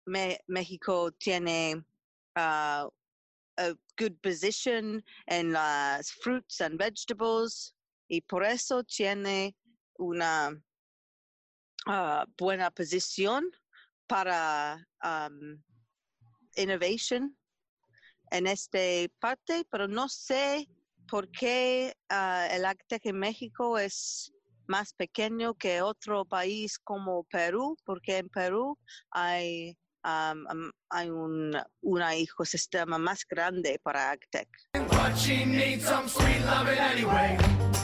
México tiene a good position en las fruits and vegetables y por eso tiene una buena posición para innovation en esta parte, pero no sé por qué el AgTech en México es más pequeño que otro país como Perú, porque en Perú hay un ecosistema más grande para AgTech. But she needs some sweet loving anyway.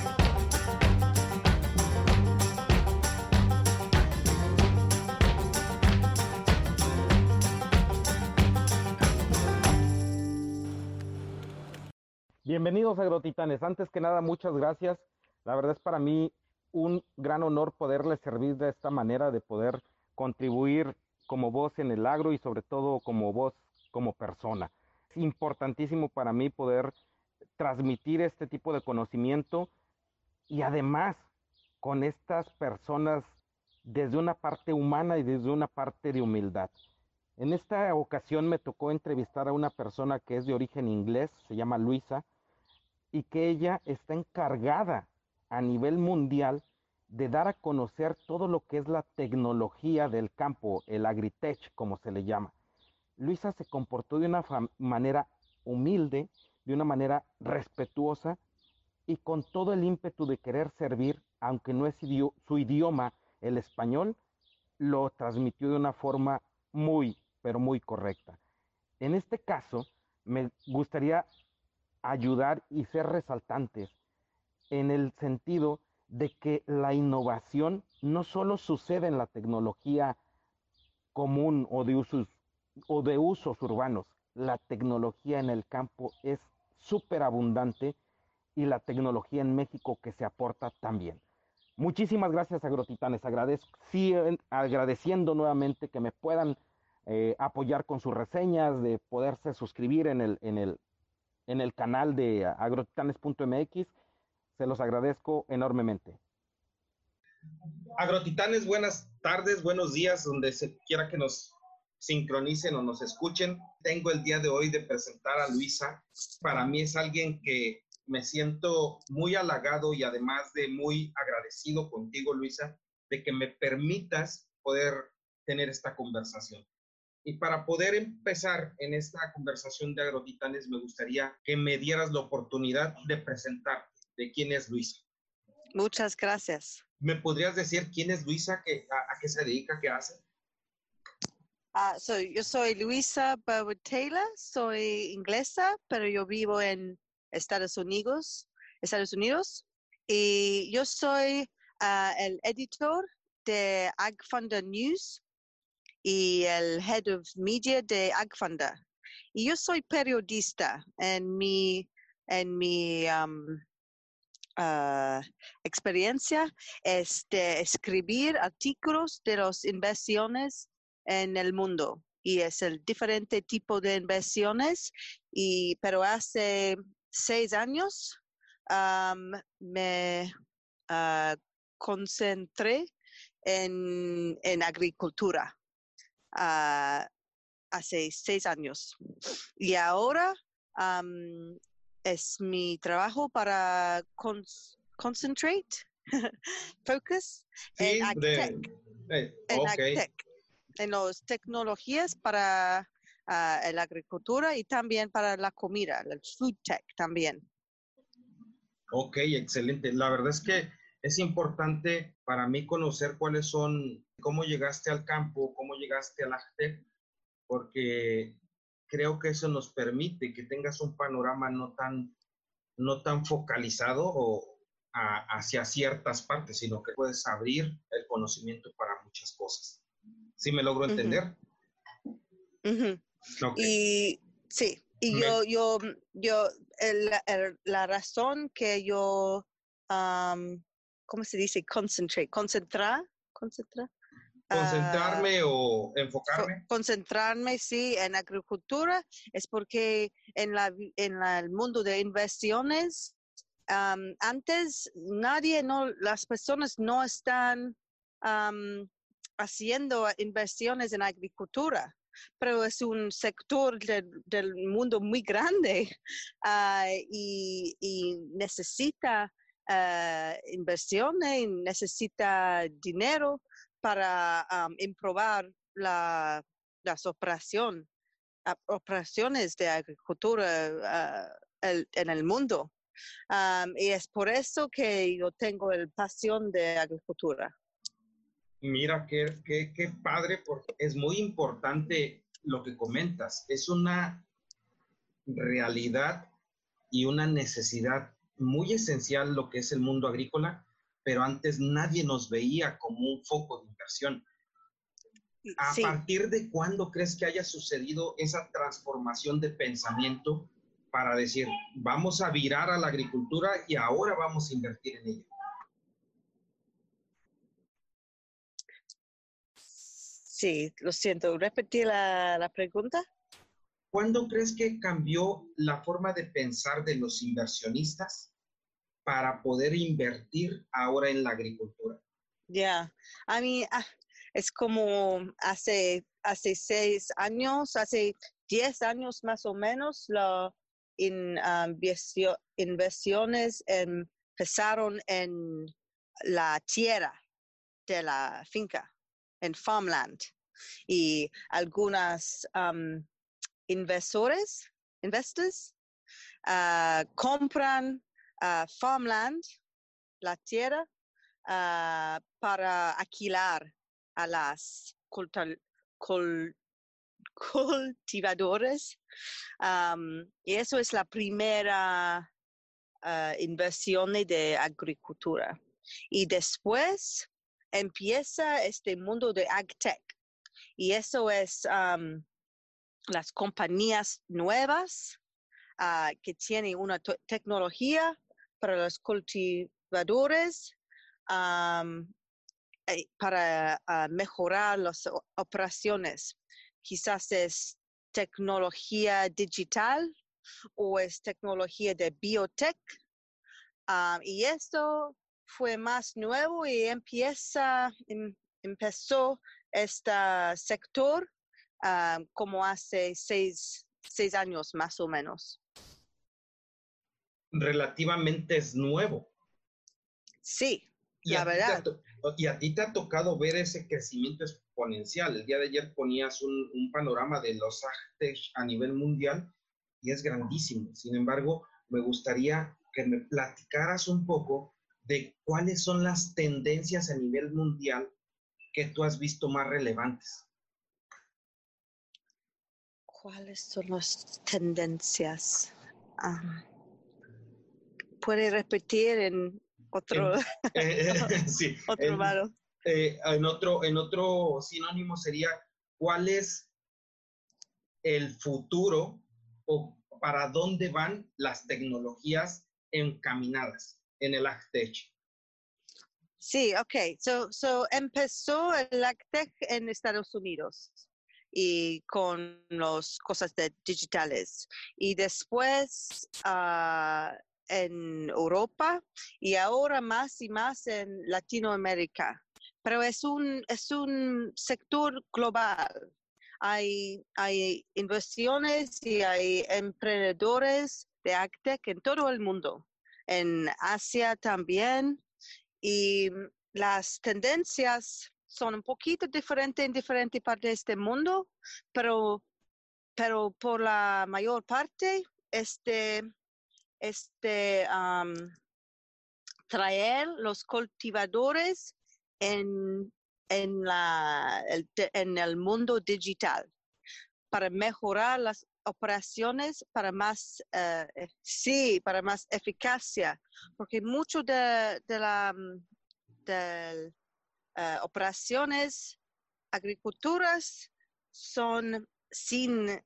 Bienvenidos agrotitanes. Antes que nada, muchas gracias. La verdad es para mí un gran honor poderles servir de esta manera, de poder contribuir como voz en el agro y sobre todo como voz como persona. Es importantísimo para mí poder transmitir este tipo de conocimiento y además con estas personas desde una parte humana y desde una parte de humildad. En esta ocasión me tocó entrevistar a una persona que es de origen inglés, se llama Luisa, y que ella está encargada a nivel mundial de dar a conocer todo lo que es la tecnología del campo, el agritech, como se le llama. Luisa se comportó de una manera humilde, de una manera respetuosa y con todo el ímpetu de querer servir, aunque no es su idioma el español, lo transmitió de una forma muy, pero muy correcta. En este caso, me gustaría ayudar y ser resaltantes en el sentido de que la innovación no solo sucede en la tecnología común o de usos urbanos, la tecnología en el campo es súper abundante y la tecnología en México que se aporta también. Muchísimas gracias, agrotitanes. Agradeciendo nuevamente que me puedan apoyar con sus reseñas, de poderse suscribir en el canal de agrotitanes.mx. Se los agradezco enormemente. Agrotitanes, buenas tardes, buenos días, donde se quiera que nos sincronicen o nos escuchen. Tengo el día de hoy de presentar a Luisa. Para mí es alguien que me siento muy halagado y además de muy agradecido contigo, Luisa, de que me permitas poder tener esta conversación. Y para poder empezar en esta conversación de Agrotitanes, me gustaría que me dieras la oportunidad de presentarte, de quién es Luisa. Muchas gracias. ¿Me podrías decir quién es Luisa, a qué se dedica, qué hace? Yo soy Luisa Burwood Taylor, soy inglesa, pero yo vivo en Estados Unidos, y yo soy el editor de AgFunder News y el Head of Media de AgFunder. Y yo soy periodista en mi experiencia es de escribir artículos de las inversiones en el mundo. Y es el diferente tipo de inversiones, pero hace 6 años me concentré en agricultura. Hace 6 años. Y ahora es mi trabajo para concentrate, focus Sí, en AgTech. AgTech, en las tecnologías para la agricultura y también para la comida, el food tech también. Ok, excelente. La verdad es que es importante para mí conocer cuáles son, cómo llegaste al campo, cómo llegaste al AgTech, porque creo que eso nos permite que tengas un panorama no tan focalizado hacia ciertas partes, sino que puedes abrir el conocimiento para muchas cosas. ¿Sí me logro entender? Uh-huh. Okay. Y sí, y la razón que yo, ¿cómo se dice? Concentrarme o enfocarme. Concentrarme, sí, en agricultura es porque en el mundo de inversiones, antes las personas no están haciendo inversiones en agricultura. pero es un sector del mundo muy grande y necesita inversiones, necesita dinero para improvar las operaciones de agricultura en el mundo. Y es por eso que yo tengo la pasión de agricultura. Mira, qué padre, porque es muy importante lo que comentas. Es una realidad y una necesidad muy esencial lo que es el mundo agrícola, pero antes nadie nos veía como un foco de inversión. ¿A Sí. partir de cuándo crees que haya sucedido esa transformación de pensamiento para decir, vamos a virar a la agricultura y ahora vamos a invertir en ella? Sí, lo siento. ¿Repetí la pregunta? ¿Cuándo crees que cambió la forma de pensar de los inversionistas para poder invertir ahora en la agricultura? Ya, a mí es como hace 6 años, hace 10 años más o menos, las inversiones empezaron en la tierra de la finca, en farmland. Y algunas investors compran farmland, la tierra, para alquilar a las cultivadores. Y eso es la primera inversión de agricultura. Y después empieza este mundo de AgTech. Y eso es las compañías nuevas que tienen una tecnología para los cultivadores para mejorar las operaciones. Quizás es tecnología digital o es tecnología de biotech. Y esto fue más nuevo y empezó este sector como hace 6 años más o menos. Relativamente es nuevo. Sí, Y la verdad. a ti te ha tocado ver ese crecimiento exponencial. El día de ayer ponías un panorama de los AgTech a nivel mundial y es grandísimo. Sin embargo, me gustaría que me platicaras un poco de cuáles son las tendencias a nivel mundial que tú has visto más relevantes. ¿Cuáles son las tendencias? ¿Puede repetir en otro, Sí, otro lado? en otro sinónimo sería, ¿cuál es el futuro o para dónde van las tecnologías encaminadas en el AgTech? Sí, ok. So empezó el AgTech en Estados Unidos y con las cosas digitales. Y después en Europa y ahora más y más en Latinoamérica. Pero es un sector global. Hay inversiones y hay emprendedores de AgTech en todo el mundo. En Asia también. Y las tendencias son un poquito diferentes en diferentes partes del mundo, pero por la mayor parte, traer los cultivadores en el mundo digital para mejorar las operaciones para más eficacia, porque mucho de operaciones agriculturas son sin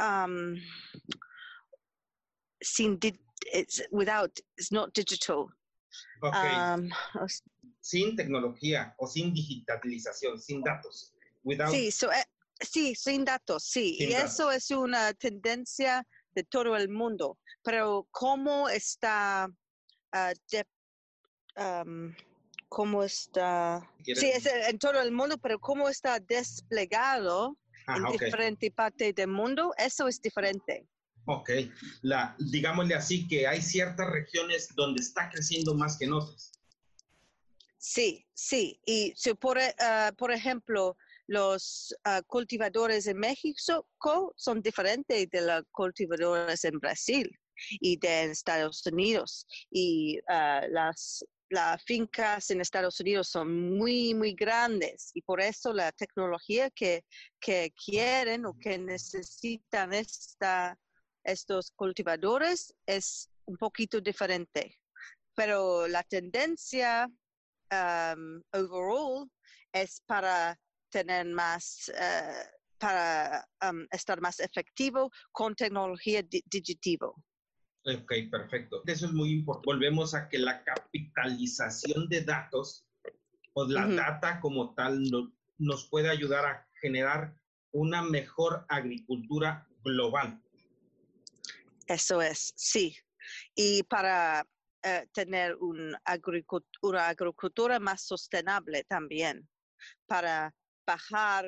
it's not digital. Okay. Sin tecnología o sin digitalización, sin datos. Sí, sin datos, sí. Sin datos. Eso es una tendencia de todo el mundo. Pero ¿cómo está cómo está? Sí, es en todo el mundo, pero cómo está desplegado en Ok. diferentes partes del mundo, eso es diferente. Ok. Digámosle así que hay ciertas regiones donde está creciendo más que en otras. Sí, sí. Y si por ejemplo, los cultivadores en México son diferentes de los cultivadores en Brasil y de Estados Unidos. Y las fincas en Estados Unidos son muy, muy grandes. Y por eso la tecnología que quieren o que necesitan estos cultivadores es un poquito diferente. Pero la tendencia overall es para tener más, para estar más efectivo con tecnología digital. Ok, perfecto. Eso es muy importante. Volvemos a que la capitalización de datos o la data como tal nos puede ayudar a generar una mejor agricultura global. Eso es, sí. Y para tener una agricultura más sostenible también, para bajar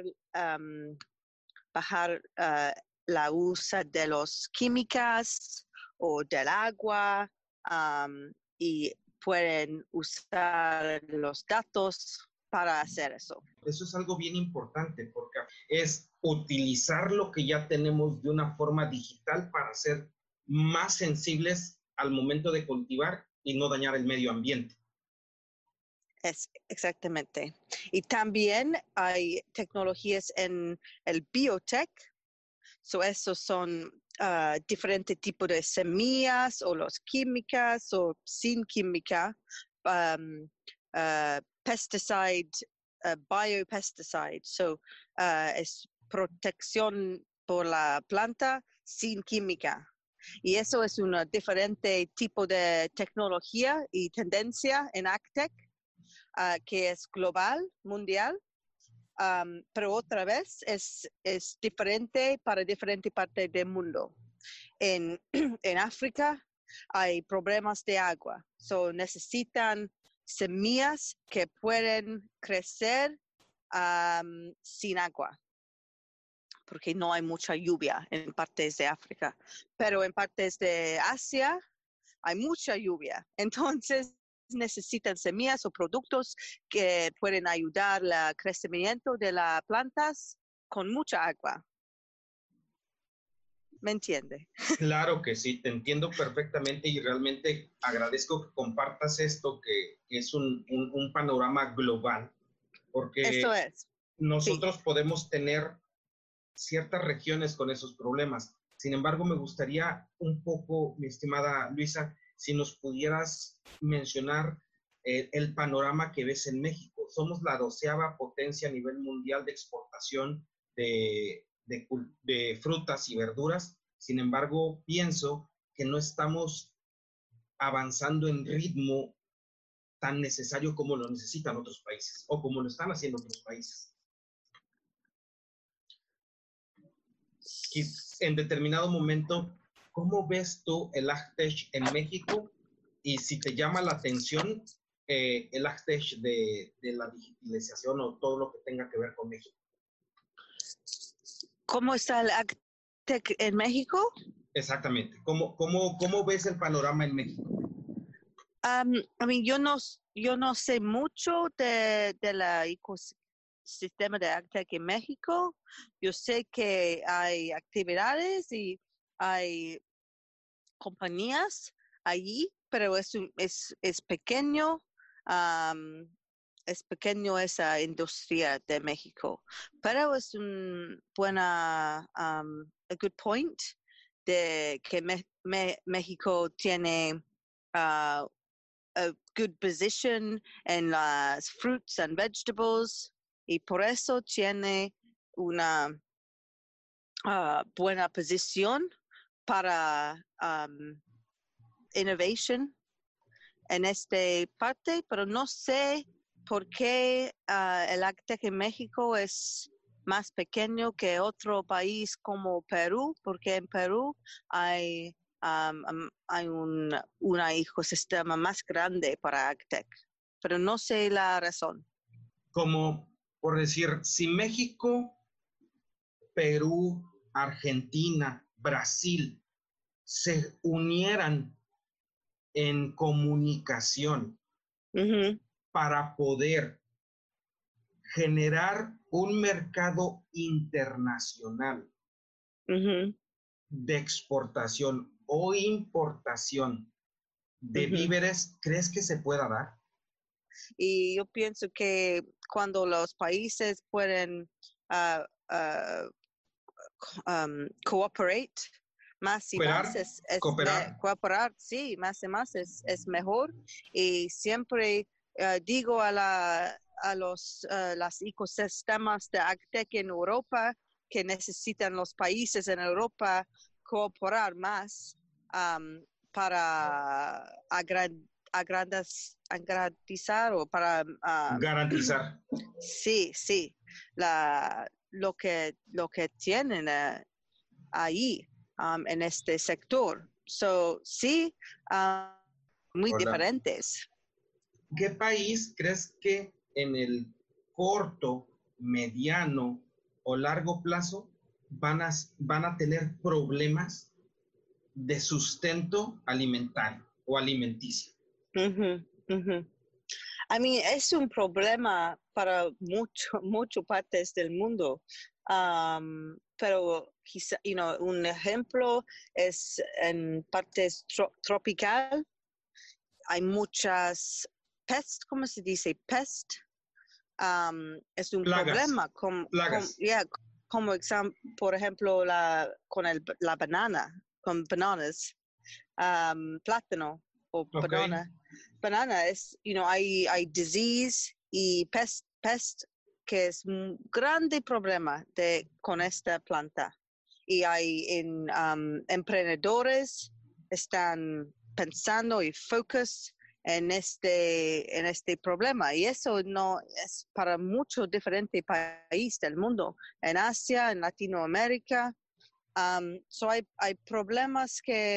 la uso de los químicos o del agua y pueden usar los datos para hacer eso. Eso es algo bien importante porque es utilizar lo que ya tenemos de una forma digital para ser más sensibles al momento de cultivar y no dañar el medio ambiente. Exactamente. Y también hay tecnologías en el biotech. Esos son diferentes tipos de semillas o los químicas o sin química. Pesticide, biopesticide. Es protección por la planta sin química. Y eso es un diferente tipo de tecnología y tendencia en AgTech. Que es global, mundial, pero otra vez es diferente para diferentes partes del mundo. En África hay problemas de agua, necesitan semillas que pueden crecer sin agua, porque no hay mucha lluvia en partes de África, pero en partes de Asia hay mucha lluvia. Entonces necesitan semillas o productos que pueden ayudar al crecimiento de las plantas con mucha agua. ¿Me entiende? Claro que sí, te entiendo perfectamente y realmente agradezco que compartas esto, que es un panorama global, porque Eso es. nosotros Sí. podemos tener ciertas regiones con esos problemas. Sin embargo, me gustaría un poco, mi estimada Luisa, si nos pudieras mencionar el panorama que ves en México. Somos la 12ª potencia a nivel mundial de exportación de frutas y verduras. Sin embargo, pienso que no estamos avanzando en ritmo tan necesario como lo necesitan otros países o como lo están haciendo otros países. En determinado momento, ¿cómo ves tú el AgTech en México? Y si te llama la atención el AgTech de la digitalización o todo lo que tenga que ver con México. ¿Cómo está el AgTech en México? Exactamente. ¿Cómo ves el panorama en México? Yo no sé mucho de la ecosistema de AgTech en México. Yo sé que hay actividades y hay compañías allí, pero es pequeño. Es pequeño esa industria de México, pero es un buena, a good point de que México tiene a good position en las fruits and vegetables y por eso tiene una buena posición para innovation en esta parte, pero no sé por qué el AgTech en México es más pequeño que otro país como Perú, porque en Perú hay un ecosistema más grande para AgTech, pero no sé la razón. Como por decir, si México Perú, Argentina, Brasil se unieran en comunicación Ujú, para poder generar un mercado internacional ujú, de exportación o importación de ujú. víveres, ¿crees que se pueda dar? Y yo pienso que cuando los países pueden ah, ah, cooperate más y más, Cooperar, cooperar. cooperar, sí, más y más es mejor. Y siempre digo a los ecosistemas de AgTech en Europa que necesitan los países en Europa cooperar más para agrandizar o para Garantizar. sí, sí, lo que tienen ahí en este sector. So, sí, muy Hola. diferentes. ¿Qué país crees que en el corto, mediano o largo plazo van a tener problemas de sustento alimentario o alimenticio? Ujú, ujú. I mean, es un problema para muchas partes del mundo. Pero quizá, un ejemplo es en partes tropical, hay muchas pest, ¿cómo se dice? Pest. Es un Plagas, problema, plagas. yeah, como por ejemplo, la banana, con bananas, plátano o Ok. banana. Banana es, hay disease y pest que es un grande problema con esta planta. Y hay emprendedores están pensando y focus en este problema. Y eso no es para muchos diferentes países del mundo, en Asia, en Latinoamérica. Hay problemas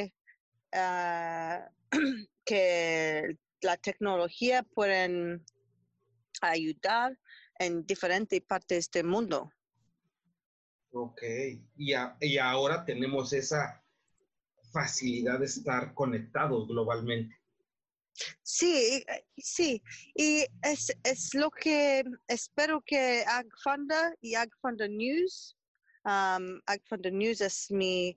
ah, que la tecnología pueden ayudar en diferentes partes del mundo. Ok. Y ahora tenemos esa facilidad de estar conectados globalmente. Sí, sí, y es lo que espero que AgFunda y AgFunda News, AgFunda News es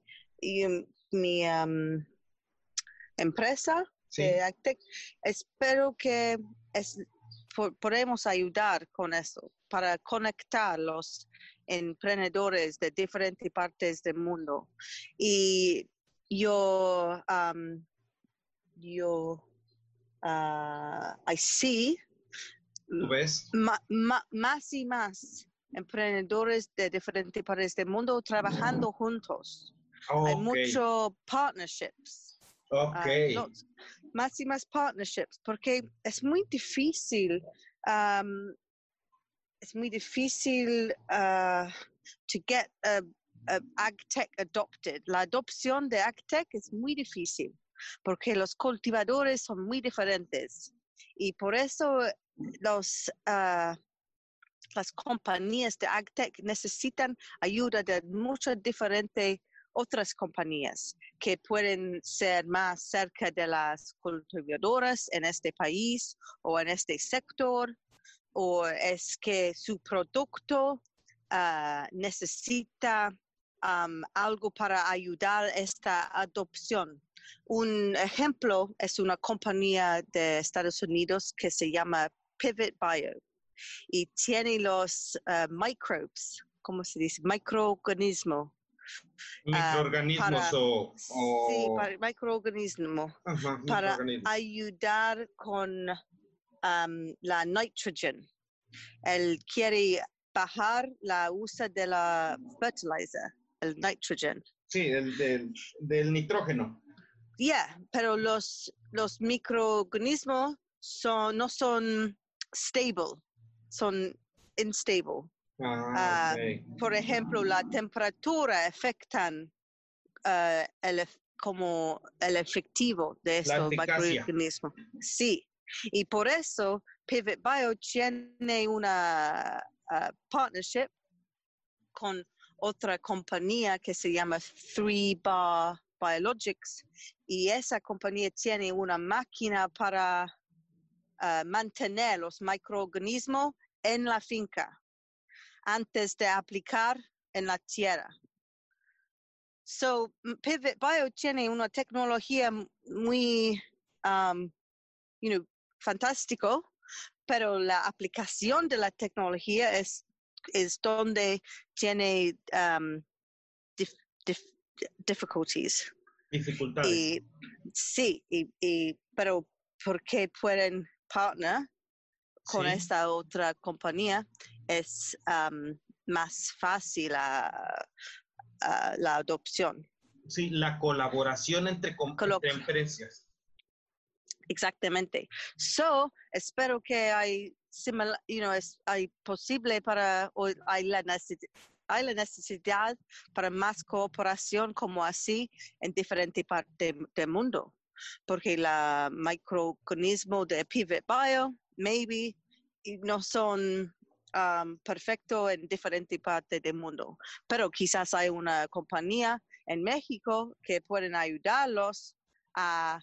mi empresa de ¿Sí? AgTech, espero que podemos ayudar con eso para conectar los emprendedores de diferentes partes del mundo. Y yo, I see ¿Tú ves? más y más emprendedores de diferentes partes del mundo trabajando juntos. Hay Ok. muchos partnerships, Ok. no, más y más partnerships, porque um, es muy difícil to get AgTech adopted. La adopción de AgTech es muy difícil porque los cultivadores son muy diferentes y por eso las compañías de AgTech necesitan ayuda de muchas diferentes otras compañías que pueden ser más cerca de las cultivadoras en este país o en este sector, o es que su producto necesita algo para ayudar a esta adopción. Un ejemplo es una compañía de Estados Unidos que se llama Pivot Bio y tiene los microbes, ¿cómo se dice? Microorganismo. Microorganismos Para, sí, o para microorganismo, ajá, para microorganismos. ayudar con la nitrogen. Él quiere bajar la uso de la fertilizer, el nitrogen. Sí, del nitrógeno. Yeah, pero los microorganismos no son stable, son unstable. Ah, Uh, ok. por ejemplo, la temperatura afectan como el efectivo de La estos eficacia. microorganismos. Sí, y por eso Pivot Bio tiene una partnership con otra compañía que se llama 3Bar Biologics, y esa compañía tiene una máquina para mantener los microorganismos en la finca antes de aplicar en la tierra. So, Pivot Bio tiene una tecnología muy, fantástico, pero la aplicación de la tecnología es donde tiene difficulties. Dificultades. Sí, pero porque pueden partner con esta otra compañía, es más fácil la adopción. Sí, la colaboración entre empresas. Exactamente. So, espero que hay posible hay la necesidad para más cooperación como así en diferentes partes del mundo. Porque la microorganismo de Pivot Bio, maybe, no son perfectos en diferentes partes del mundo. Pero quizás hay una compañía en México que pueden ayudarlos a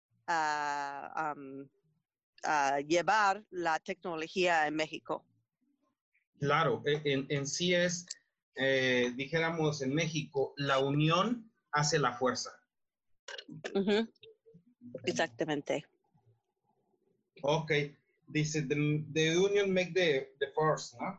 llevar la tecnología en México. Claro, en sí es, dijéramos en México, la unión hace la fuerza. Uh-huh. Exactamente. Ok, dice, the union make the force, ¿no?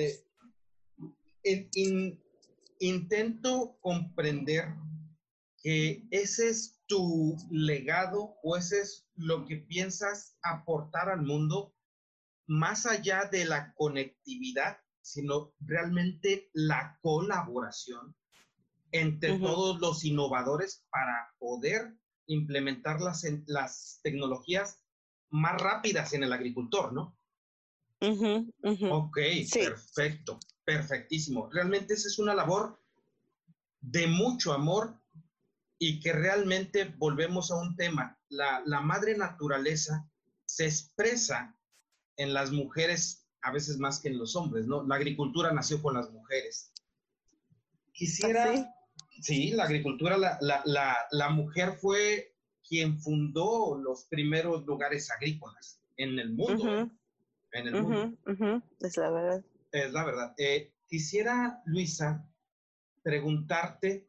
Intento comprender que ese es tu legado o ese es lo que piensas aportar al mundo, más allá de la conectividad, sino realmente la colaboración entre todos los innovadores para poder implementar las tecnologías más rápidas en el agricultor, ¿no? Ok, sí. Perfecto, perfectísimo. Realmente esa es una labor de mucho amor y que realmente volvemos a un tema. La madre naturaleza se expresa en las mujeres a veces más que en los hombres, ¿no? La agricultura nació con las mujeres. Quisiera, sí, la agricultura, la mujer fue quien fundó los primeros lugares agrícolas en el mundo. En el mundo. Es la verdad. Es la verdad. Quisiera, Luisa, preguntarte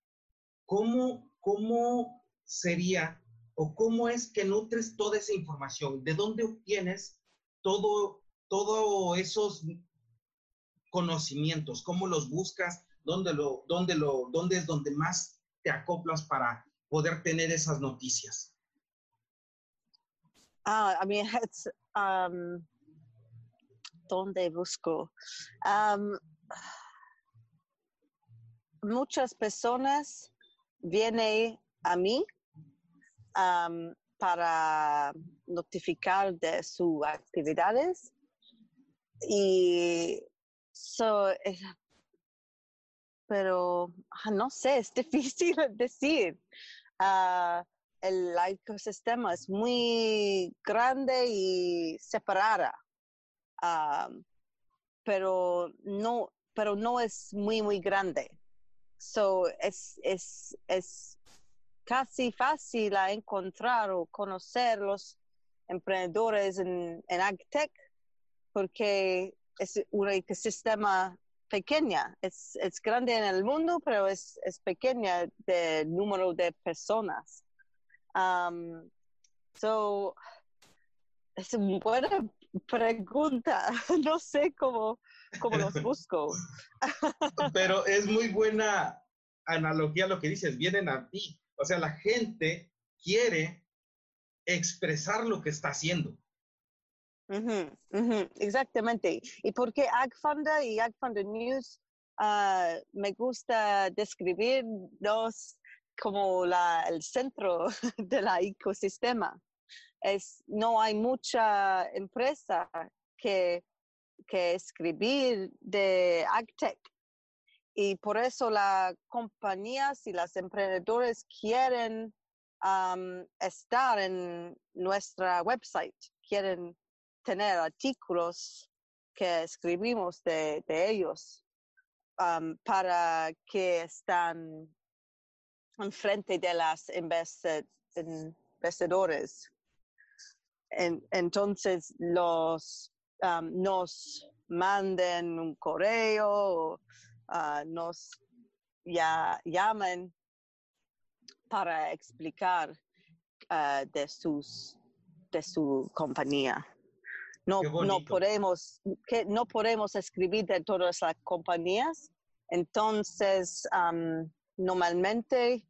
cómo sería o cómo es que nutres toda esa información, de dónde obtienes todo esos conocimientos, cómo los buscas, dónde es donde más te acoplas para poder tener esas noticias. I mean, it's, ¿dónde busco? Muchas personas vienen a mí para notificar de sus actividades y pero no sé, es difícil decir. El ecosistema es muy grande y separada, pero no es muy grande. So es casi fácil a encontrar o conocer los emprendedores en AgTech porque es un ecosistema pequeña. Es grande en el mundo, pero es pequeña de número de personas. So, es una buena pregunta. No sé cómo los busco. Pero es muy buena analogía lo que dices, vienen a ti. O sea, la gente quiere expresar lo que está haciendo. Exactamente. Y porque AgFunda y AgFunda News me gusta describirlos como el centro del ecosistema. No hay mucha empresa que escribir de AgTech. Y por eso las compañías y los emprendedores quieren estar en nuestra website, quieren tener artículos que escribimos de ellos. para que están enfrente de las investidores. Entonces nos manden un correo o nos llaman para explicar de su compañía. No podemos escribir de todas las compañías. Entonces, normalmente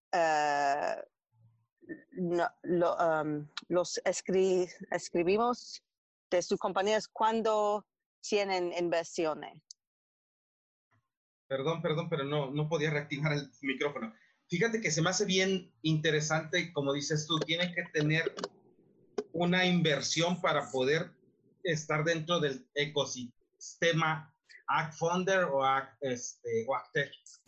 los escribimos de sus compañías cuando tienen inversiones. Perdón, pero no podía reactivar el micrófono. Fíjate que se me hace bien interesante y como dices tú, tiene que tener una inversión para poder estar dentro del ecosistema AgFounder o AgTech.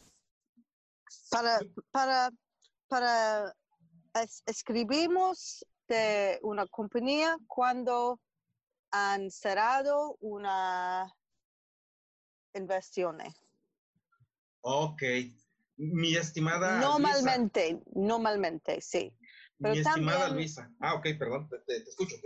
Escribimos de una compañía cuando han cerrado una inversión. Ok. Mi estimada Normalmente, sí. Pero mi estimada Luisa. Ok, perdón, te escucho.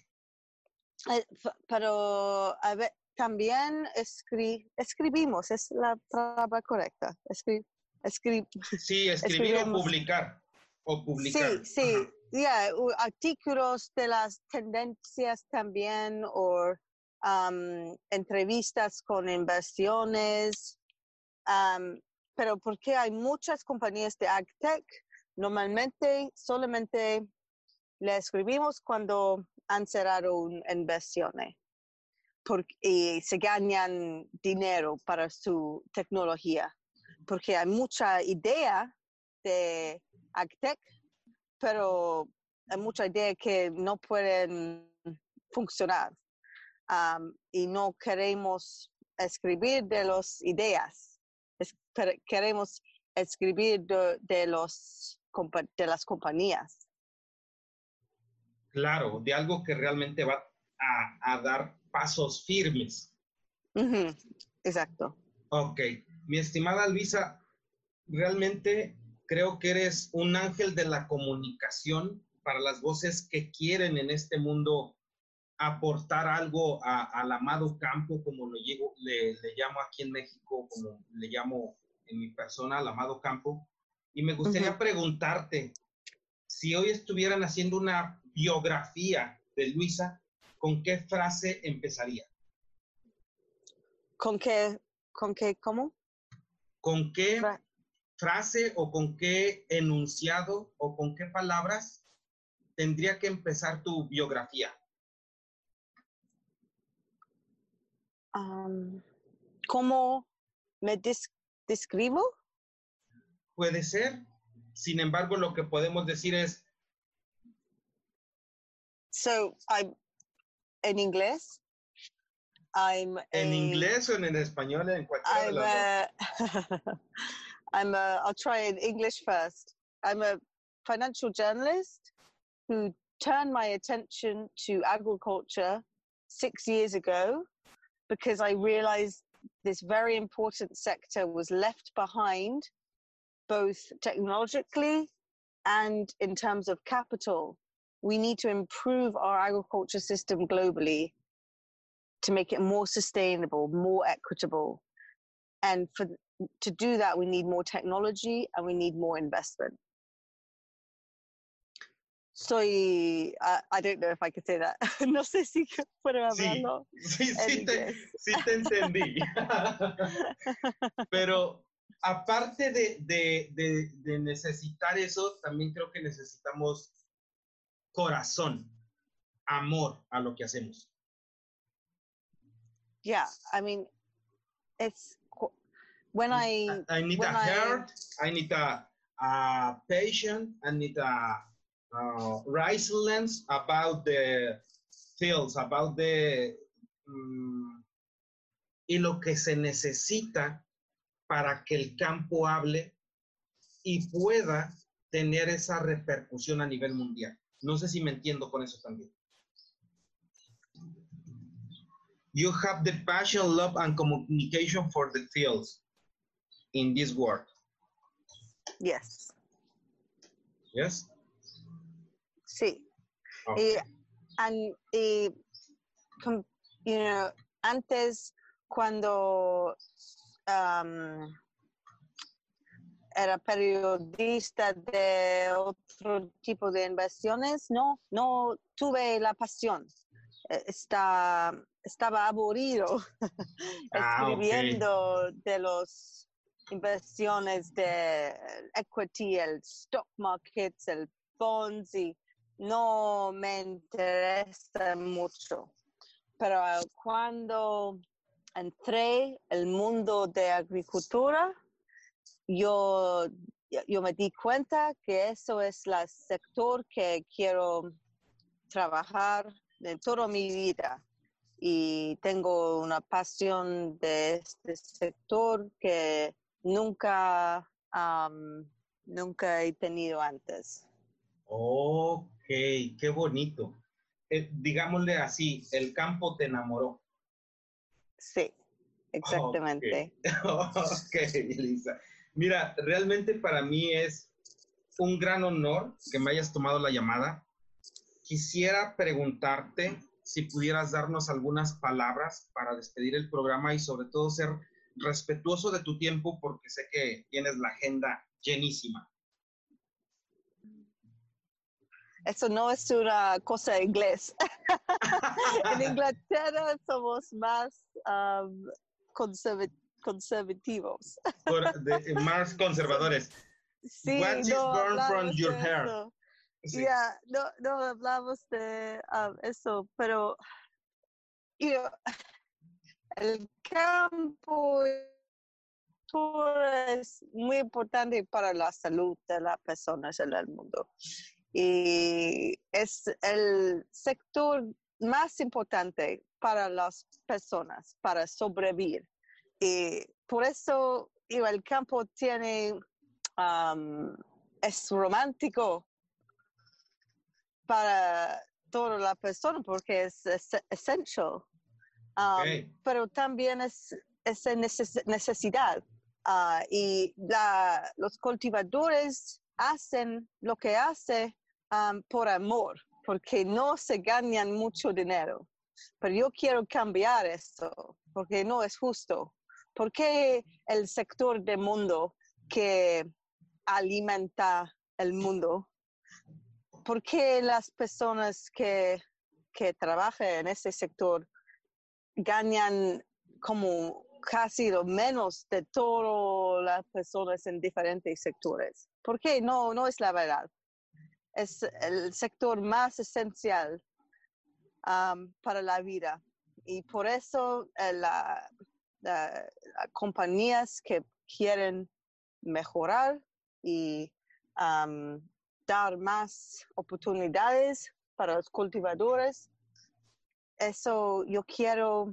Pero a ver, también escribimos, es la palabra correcta. Sí, escribir o publicar. Sí. Artículos de las tendencias también o entrevistas con inversiones. Pero porque hay muchas compañías de AgTech, normalmente solamente le escribimos cuando han cerrado una inversión y se ganan dinero para su tecnología. Porque hay mucha idea de AgTech, pero hay mucha idea que no pueden funcionar. Y no queremos escribir de las ideas. Queremos escribir de las compañías. Claro, de algo que realmente va a dar pasos firmes. Uh-huh. Exacto. Ok, mi estimada Luisa, realmente creo que eres un ángel de la comunicación para las voces que quieren en este mundo aportar algo al amado campo, como le llamo aquí en México, como le llamo en mi persona, al amado campo. Y me gustaría preguntarte, si hoy estuvieran haciendo una biografía de Luisa, ¿con qué frase empezaría? ¿Con qué cómo? ¿Con qué frase o con qué enunciado o con qué palabras tendría que empezar tu biografía? ¿Cómo me describo? Puede ser. Sin embargo, lo que podemos decir es... ¿En inglés? ¿En inglés o en español? En cualquiera de las dos. I'll try in English first. I'm a financial journalist who turned my attention to agriculture 6 years ago because I realized this very important sector was left behind, both technologically and in terms of capital. We need to improve our agriculture system globally to make it more sustainable, more equitable. And to do that, we need more technology and we need more investment. I don't know if I could say that. No sé si puedo hablarlo. Sí, te entendí. Pero aparte de necesitar eso, también creo que necesitamos corazón, amor a lo que hacemos. Yeah, I mean, it's when I need a heart, I need a patient, I need a resilience about the fields, about the y lo que se necesita para que el campo hable y pueda tener esa repercusión a nivel mundial. No sé si me entiendo con eso también. You have the passion, love, and communication for the fields. in this world. Yes. Yes? Sí. Okay. Antes cuando era periodista de otro tipo de inversiones, no tuve la pasión. Estaba aburrido escribiendo de las inversiones de equity, el stock market, el bonds, y no me interesa mucho. Pero cuando entré el mundo de agricultura, yo me di cuenta que eso es el sector que quiero trabajar de toda mi vida. Y tengo una pasión de este sector que nunca he tenido antes. Ok, qué bonito. Digámosle así, el campo te enamoró. Sí, exactamente. Ok, Elisa. Mira, realmente para mí es un gran honor que me hayas tomado la llamada. Quisiera preguntarte si pudieras darnos algunas palabras para despedir el programa y sobre todo ser respetuoso de tu tiempo porque sé que tienes la agenda llenísima. Eso no es una cosa inglés. En Inglaterra somos más conservativos. Más conservadores. Sí, What is no born from hablamos your de hair? eso. Sí. Yeah, no hablamos de eso, pero el campo es muy importante para la salud de las personas en el mundo. Y es el sector más importante para las personas, para sobrevivir. Y por eso el campo es romántico para toda la persona porque es essential. Okay. Pero también es necesidad. Y los cultivadores hacen lo que hacen por amor, porque no se ganan mucho dinero. Pero yo quiero cambiar esto, porque no es justo. ¿Por qué el sector del mundo que alimenta el mundo? ¿Por qué las personas que trabajan en ese sector ganan como casi lo menos de todas las personas en diferentes sectores? ¿Por qué? No es la verdad. Es el sector más esencial para la vida. Y por eso las compañías que quieren mejorar y dar más oportunidades para los cultivadores, eso yo quiero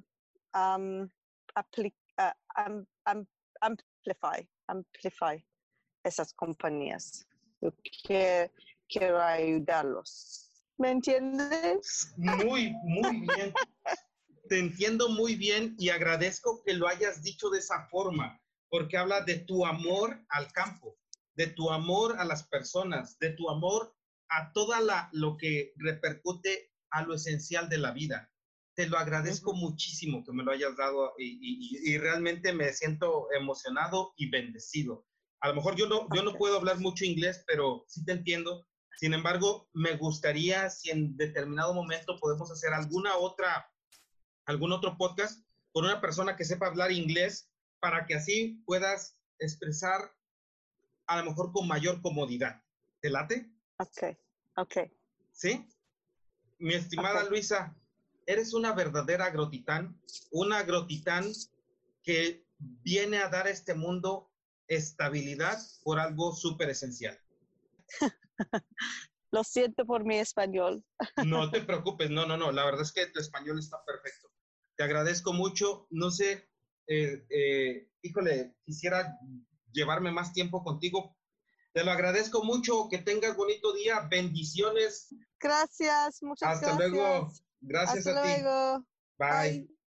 amplify esas compañías. Yo quiero ayudarlos. ¿Me entiendes? Muy bien. Te entiendo muy bien y agradezco que lo hayas dicho de esa forma, porque habla de tu amor al campo, de tu amor a las personas, de tu amor a toda lo que repercute a lo esencial de la vida. Te lo agradezco muchísimo que me lo hayas dado y realmente me siento emocionado y bendecido. A lo mejor yo no puedo hablar mucho inglés, pero sí te entiendo. Sin embargo, me gustaría si en determinado momento podemos hacer algún otro podcast con una persona que sepa hablar inglés para que así puedas expresar a lo mejor con mayor comodidad. ¿Te late? Ok. ¿Sí? Mi estimada Luisa, eres una verdadera agrotitán, una agrotitán que viene a dar a este mundo estabilidad por algo súper esencial. Lo siento por mi español. No te preocupes, no. La verdad es que tu español está perfecto. Te agradezco mucho. No sé, híjole, quisiera llevarme más tiempo contigo. Te lo agradezco mucho. Que tengas bonito día. Bendiciones. Gracias, muchas Hasta gracias. luego. Gracias Hasta a ti. luego. Bye. Bye.